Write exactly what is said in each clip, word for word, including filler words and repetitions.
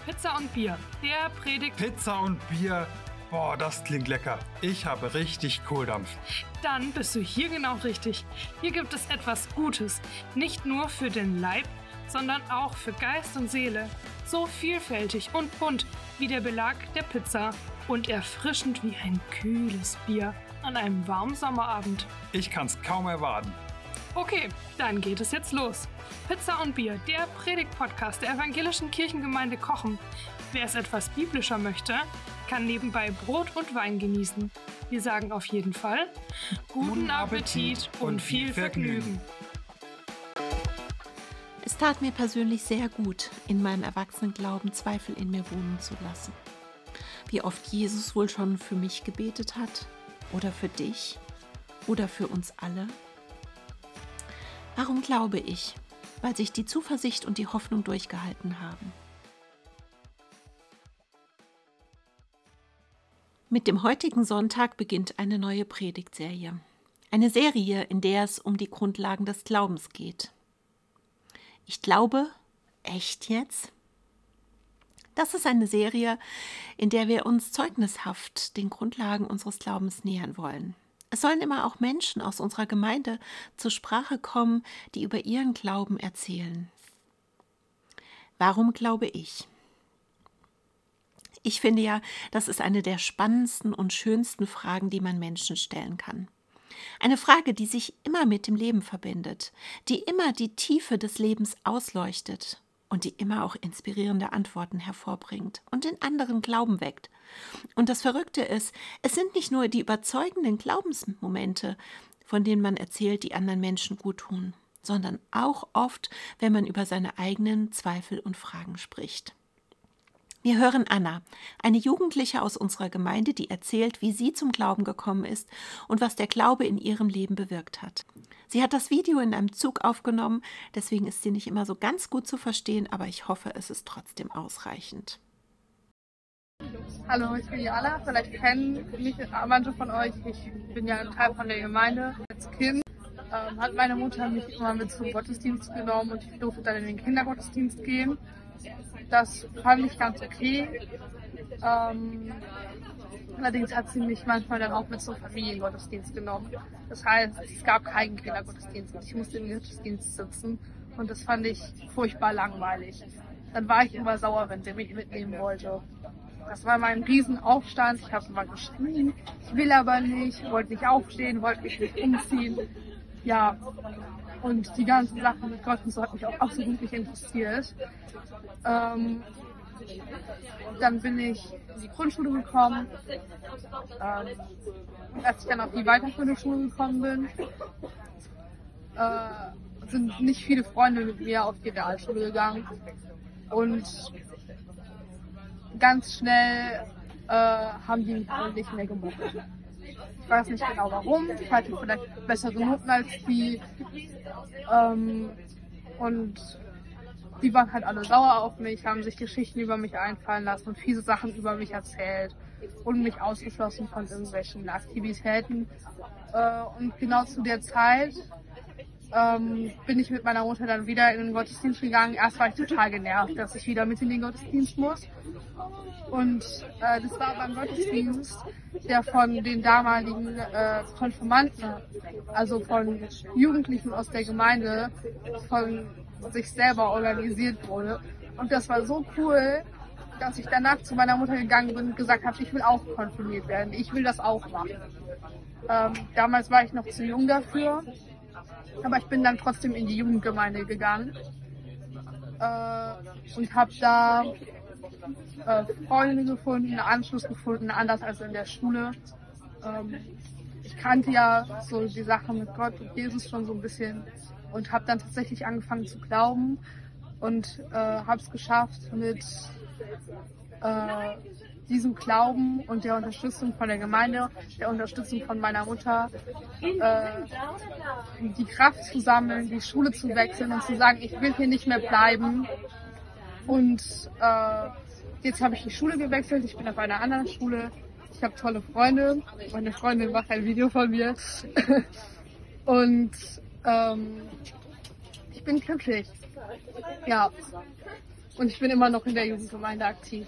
Pizza und Bier, der Predigt... Pizza und Bier, boah, das klingt lecker. Ich habe richtig Kohldampf. Dann bist du hier genau richtig. Hier gibt es etwas Gutes, nicht nur für den Leib, sondern auch für Geist und Seele. So vielfältig und bunt wie der Belag der Pizza und erfrischend wie ein kühles Bier an einem warmen Sommerabend. Ich kann's kaum erwarten. Okay, dann geht es jetzt los. Pizza und Bier, der Predigt-Podcast der evangelischen Kirchengemeinde Cochem. Wer es etwas biblischer möchte, kann nebenbei Brot und Wein genießen. Wir sagen auf jeden Fall guten Appetit und viel Vergnügen. Es tat mir persönlich sehr gut, in meinem Erwachsenenglauben Zweifel in mir wohnen zu lassen. Wie oft Jesus wohl schon für mich gebetet hat oder für dich oder für uns alle. Warum glaube ich? Weil sich die Zuversicht und die Hoffnung durchgehalten haben. Mit dem heutigen Sonntag beginnt eine neue Predigtserie. Eine Serie, in der es um die Grundlagen des Glaubens geht. Ich glaube, echt jetzt? Das ist eine Serie, in der wir uns zeugnishaft den Grundlagen unseres Glaubens nähern wollen. Es sollen immer auch Menschen aus unserer Gemeinde zur Sprache kommen, die über ihren Glauben erzählen. Warum glaube ich? Ich finde ja, das ist eine der spannendsten und schönsten Fragen, die man Menschen stellen kann. Eine Frage, die sich immer mit dem Leben verbindet, die immer die Tiefe des Lebens ausleuchtet und die immer auch inspirierende Antworten hervorbringt und in anderen Glauben weckt. Und das Verrückte ist, es sind nicht nur die überzeugenden Glaubensmomente, von denen man erzählt, die anderen Menschen gut tun, sondern auch oft, wenn man über seine eigenen Zweifel und Fragen spricht. Wir hören Anna, eine Jugendliche aus unserer Gemeinde, die erzählt, wie sie zum Glauben gekommen ist und was der Glaube in ihrem Leben bewirkt hat. Sie hat das Video in einem Zug aufgenommen, deswegen ist sie nicht immer so ganz gut zu verstehen, aber ich hoffe, es ist trotzdem ausreichend. Hallo, ich bin Jana. Vielleicht kennen mich manche von euch. Ich bin ja ein Teil von der Gemeinde. Als Kind ähm, hat meine Mutter mich immer mit zum Gottesdienst genommen und ich durfte dann in den Kindergottesdienst gehen. Das fand ich ganz okay. Ähm, allerdings hat sie mich manchmal dann auch mit zum Familiengottesdienst genommen. Das heißt, es gab keinen Kindergottesdienst. Ich musste im Gottesdienst sitzen und das fand ich furchtbar langweilig. Dann war ich immer sauer, wenn sie mich mitnehmen wollte. Das war mein Riesenaufstand. Ich habe immer geschrien. Ich will aber nicht, wollte nicht aufstehen, wollte mich nicht umziehen. Ja, und die ganzen Sachen mit Gott und so hat mich auch absolut nicht interessiert. Ähm, dann bin ich in die Grundschule gekommen. Ähm, als ich dann auf die weiterführende Schule gekommen bin, äh, sind nicht viele Freunde mit mir auf die Realschule gegangen. Und ganz schnell äh, haben die mich nicht mehr gemocht. Ich weiß nicht genau warum. Ich hatte vielleicht bessere Noten als die. Ähm, und die waren halt alle sauer auf mich, haben sich Geschichten über mich einfallen lassen und fiese Sachen über mich erzählt und mich ausgeschlossen von irgendwelchen Aktivitäten. Äh, und genau zu der Zeit ähm, bin ich mit meiner Mutter dann wieder in den Gottesdienst gegangen. Erst war ich total genervt, dass ich wieder mit in den Gottesdienst muss. Und äh, das war beim Gottesdienst, der von den damaligen äh, Konfirmanden, also von Jugendlichen aus der Gemeinde, von sich selber organisiert wurde. Und das war so cool, dass ich danach zu meiner Mutter gegangen bin und gesagt habe, ich will auch konfirmiert werden, ich will das auch machen. Ähm, damals war ich noch zu jung dafür, aber ich bin dann trotzdem in die Jugendgemeinde gegangen äh, und habe da äh, Freunde gefunden, Anschluss gefunden, anders als in der Schule. Ähm, ich kannte ja so die Sache mit Gott und Jesus schon so ein bisschen und habe dann tatsächlich angefangen zu glauben und äh, habe es geschafft, mit äh, diesem Glauben und der Unterstützung von der Gemeinde, der Unterstützung von meiner Mutter, äh, die Kraft zu sammeln, die Schule zu wechseln und zu sagen, ich will hier nicht mehr bleiben. Und äh, jetzt habe ich die Schule gewechselt, ich bin auf einer anderen Schule, ich habe tolle Freunde, meine Freundin macht ein Video von mir und ähm, ich bin glücklich. Ja, Und ich bin immer noch in der Jugendgemeinde aktiv.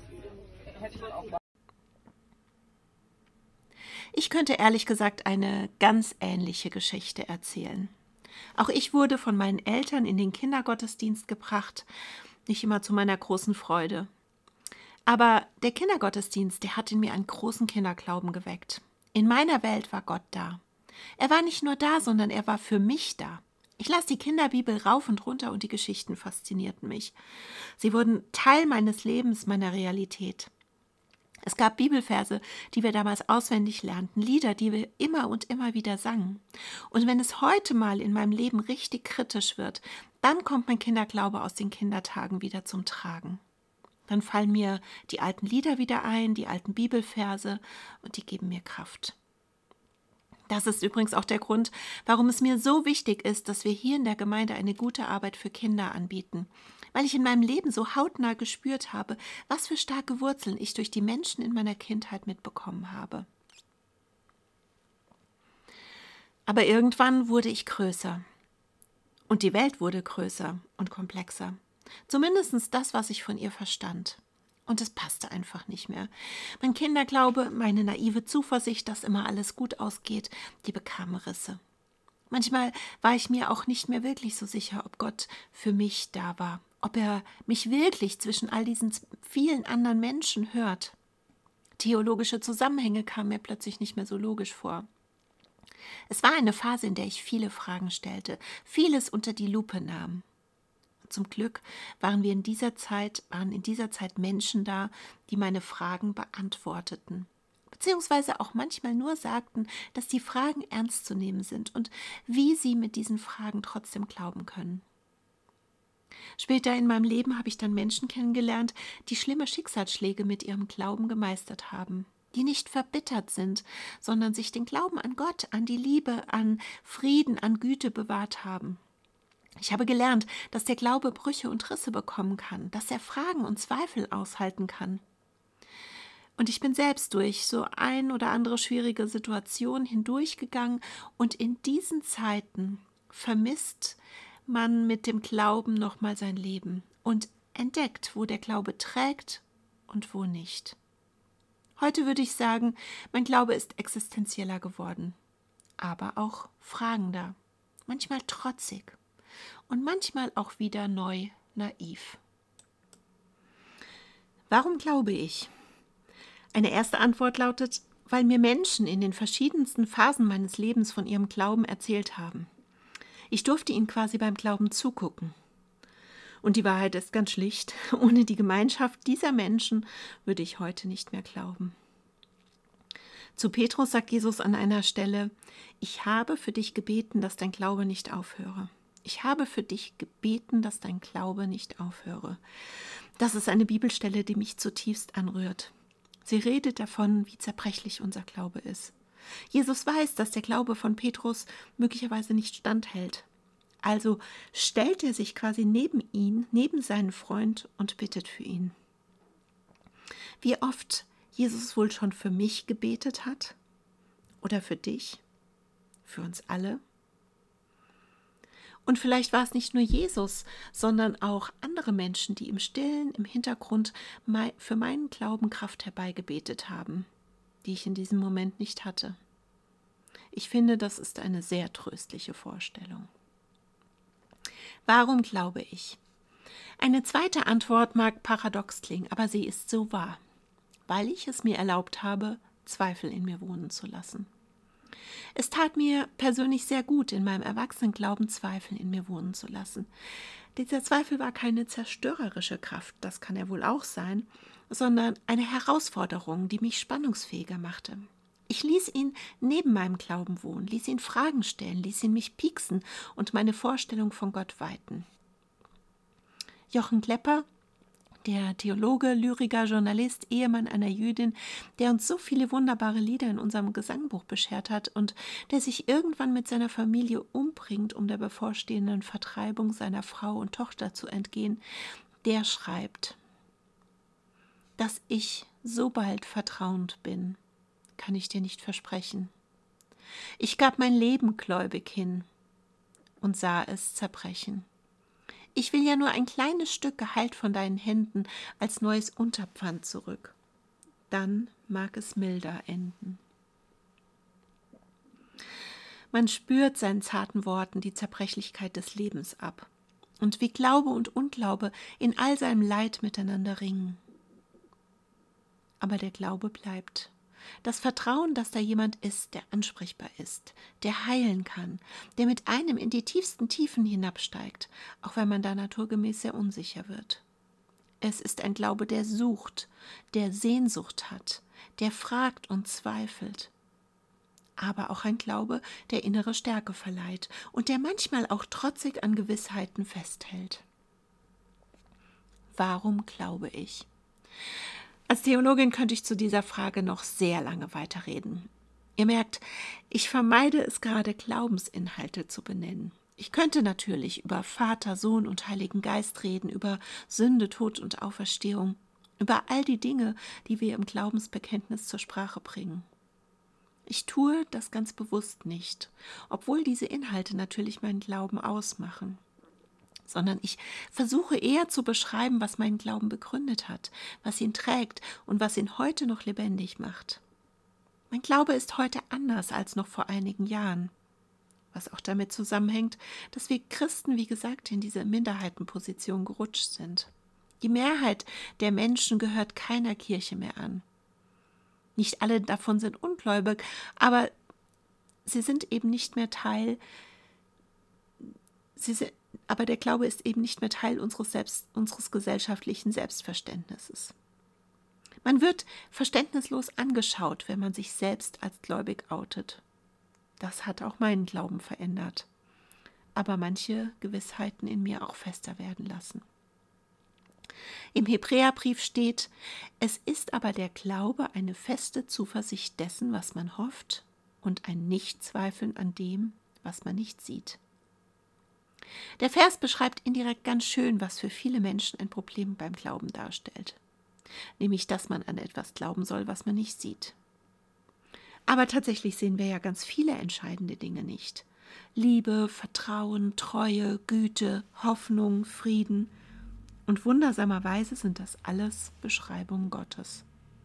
Ich könnte ehrlich gesagt eine ganz ähnliche Geschichte erzählen. Auch ich wurde von meinen Eltern in den Kindergottesdienst gebracht, nicht immer zu meiner großen Freude. Aber der Kindergottesdienst, der hat in mir einen großen Kinderglauben geweckt. In meiner Welt war Gott da. Er war nicht nur da, sondern er war für mich da. Ich las die Kinderbibel rauf und runter und die Geschichten faszinierten mich. Sie wurden Teil meines Lebens, meiner Realität. Es gab Bibelverse, die wir damals auswendig lernten, Lieder, die wir immer und immer wieder sangen. Und wenn es heute mal in meinem Leben richtig kritisch wird, dann kommt mein Kinderglaube aus den Kindertagen wieder zum Tragen. Dann fallen mir die alten Lieder wieder ein, die alten Bibelverse, und die geben mir Kraft. Das ist übrigens auch der Grund, warum es mir so wichtig ist, dass wir hier in der Gemeinde eine gute Arbeit für Kinder anbieten. Weil ich in meinem Leben so hautnah gespürt habe, was für starke Wurzeln ich durch die Menschen in meiner Kindheit mitbekommen habe. Aber irgendwann wurde ich größer. Und die Welt wurde größer und komplexer. Zumindest das, was ich von ihr verstand. Und es passte einfach nicht mehr. Mein Kinderglaube, meine naive Zuversicht, dass immer alles gut ausgeht, die bekam Risse. Manchmal war ich mir auch nicht mehr wirklich so sicher, ob Gott für mich da war, ob er mich wirklich zwischen all diesen vielen anderen Menschen hört. Theologische Zusammenhänge kamen mir plötzlich nicht mehr so logisch vor. Es war eine Phase, in der ich viele Fragen stellte, vieles unter die Lupe nahm. Zum Glück waren wir in dieser Zeit, waren in dieser Zeit Menschen da, die meine Fragen beantworteten. Beziehungsweise auch manchmal nur sagten, dass die Fragen ernst zu nehmen sind und wie sie mit diesen Fragen trotzdem glauben können. Später in meinem Leben habe ich dann Menschen kennengelernt, die schlimme Schicksalsschläge mit ihrem Glauben gemeistert haben, die nicht verbittert sind, sondern sich den Glauben an Gott, an die Liebe, an Frieden, an Güte bewahrt haben. Ich habe gelernt, dass der Glaube Brüche und Risse bekommen kann, dass er Fragen und Zweifel aushalten kann. Und ich bin selbst durch so ein oder andere schwierige Situation hindurchgegangen und in diesen Zeiten vermisst man mit dem Glauben nochmal sein Leben und entdeckt, wo der Glaube trägt und wo nicht. Heute würde ich sagen, mein Glaube ist existenzieller geworden, aber auch fragender, manchmal trotzig. Und manchmal auch wieder neu naiv. Warum glaube ich? Eine erste Antwort lautet, weil mir Menschen in den verschiedensten Phasen meines Lebens von ihrem Glauben erzählt haben. Ich durfte ihnen quasi beim Glauben zugucken. Und die Wahrheit ist ganz schlicht, ohne die Gemeinschaft dieser Menschen würde ich heute nicht mehr glauben. Zu Petrus sagt Jesus an einer Stelle, ich habe für dich gebeten, dass dein Glaube nicht aufhöre. Ich habe für dich gebeten, dass dein Glaube nicht aufhöre. Das ist eine Bibelstelle, die mich zutiefst anrührt. Sie redet davon, wie zerbrechlich unser Glaube ist. Jesus weiß, dass der Glaube von Petrus möglicherweise nicht standhält. Also stellt er sich quasi neben ihn, neben seinen Freund und bittet für ihn. Wie oft Jesus wohl schon für mich gebetet hat? Oder für dich? Für uns alle? Und vielleicht war es nicht nur Jesus, sondern auch andere Menschen, die im Stillen, im Hintergrund für meinen Glauben Kraft herbeigebetet haben, die ich in diesem Moment nicht hatte. Ich finde, das ist eine sehr tröstliche Vorstellung. Warum glaube ich? Eine zweite Antwort mag paradox klingen, aber sie ist so wahr, weil ich es mir erlaubt habe, Zweifel in mir wohnen zu lassen. Es tat mir persönlich sehr gut, in meinem Erwachsenenglauben Zweifel in mir wohnen zu lassen. Dieser Zweifel war keine zerstörerische Kraft, das kann er wohl auch sein, sondern eine Herausforderung, die mich spannungsfähiger machte. Ich ließ ihn neben meinem Glauben wohnen, ließ ihn Fragen stellen, ließ ihn mich pieksen und meine Vorstellung von Gott weiten. Jochen Klepper, der Theologe, Lyriker, Journalist, Ehemann einer Jüdin, der uns so viele wunderbare Lieder in unserem Gesangbuch beschert hat und der sich irgendwann mit seiner Familie umbringt, um der bevorstehenden Vertreibung seiner Frau und Tochter zu entgehen, der schreibt, dass ich so bald vertrauend bin, kann ich dir nicht versprechen. Ich gab mein Leben gläubig hin und sah es zerbrechen. Ich will ja nur ein kleines Stück Gehalt von deinen Händen als neues Unterpfand zurück. Dann mag es milder enden. Man spürt seinen zarten Worten die Zerbrechlichkeit des Lebens ab und wie Glaube und Unglaube in all seinem Leid miteinander ringen. Aber der Glaube bleibt. Das Vertrauen, dass da jemand ist, der ansprechbar ist, der heilen kann, der mit einem in die tiefsten Tiefen hinabsteigt, auch wenn man da naturgemäß sehr unsicher wird. Es ist ein Glaube, der sucht, der Sehnsucht hat, der fragt und zweifelt. Aber auch ein Glaube, der innere Stärke verleiht und der manchmal auch trotzig an Gewissheiten festhält. Warum glaube ich? Als Theologin könnte ich zu dieser Frage noch sehr lange weiterreden. Ihr merkt, ich vermeide es gerade, Glaubensinhalte zu benennen. Ich könnte natürlich über Vater, Sohn und Heiligen Geist reden, über Sünde, Tod und Auferstehung, über all die Dinge, die wir im Glaubensbekenntnis zur Sprache bringen. Ich tue das ganz bewusst nicht, obwohl diese Inhalte natürlich meinen Glauben ausmachen, sondern ich versuche eher zu beschreiben, was meinen Glauben begründet hat, was ihn trägt und was ihn heute noch lebendig macht. Mein Glaube ist heute anders als noch vor einigen Jahren, was auch damit zusammenhängt, dass wir Christen, wie gesagt, in diese Minderheitenposition gerutscht sind. Die Mehrheit der Menschen gehört keiner Kirche mehr an. Nicht alle davon sind ungläubig, aber sie sind eben nicht mehr Teil, sie sind, aber der Glaube ist eben nicht mehr Teil unseres, Selbst, unseres gesellschaftlichen Selbstverständnisses. Man wird verständnislos angeschaut, wenn man sich selbst als gläubig outet. Das hat auch meinen Glauben verändert, aber manche Gewissheiten in mir auch fester werden lassen. Im Hebräerbrief steht, es ist aber der Glaube eine feste Zuversicht dessen, was man hofft, und ein Nichtzweifeln an dem, was man nicht sieht. Der Vers beschreibt indirekt ganz schön, was für viele Menschen ein Problem beim Glauben darstellt, nämlich, dass man an etwas glauben soll, was man nicht sieht. Aber tatsächlich sehen wir ja ganz viele entscheidende Dinge nicht. Liebe, Vertrauen, Treue, Güte, Hoffnung, Frieden. Und wundersamerweise sind das alles Beschreibungen Gottes.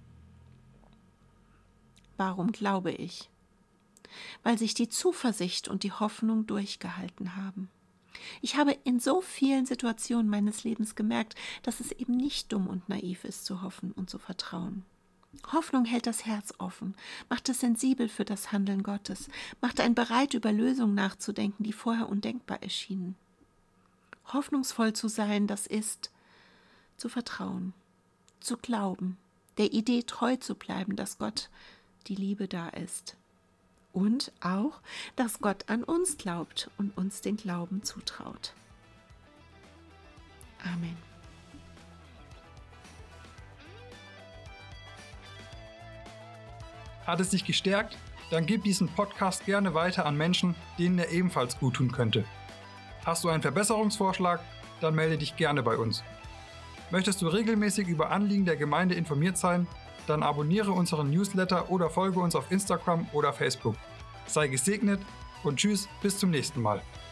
Warum glaube ich? Weil sich die Zuversicht und die Hoffnung durchgehalten haben. Ich habe in so vielen Situationen meines Lebens gemerkt, dass es eben nicht dumm und naiv ist, zu hoffen und zu vertrauen. Hoffnung hält das Herz offen, macht es sensibel für das Handeln Gottes, macht einen bereit, über Lösungen nachzudenken, die vorher undenkbar erschienen. Hoffnungsvoll zu sein, das ist zu vertrauen, zu glauben, der Idee treu zu bleiben, dass Gott die Liebe da ist. Und auch, dass Gott an uns glaubt und uns den Glauben zutraut. Amen. Hat es dich gestärkt? Dann gib diesen Podcast gerne weiter an Menschen, denen er ebenfalls gut tun könnte. Hast du einen Verbesserungsvorschlag? Dann melde dich gerne bei uns. Möchtest du regelmäßig über Anliegen der Gemeinde informiert sein? Dann abonniere unseren Newsletter oder folge uns auf Instagram oder Facebook. Sei gesegnet und tschüss, bis zum nächsten Mal.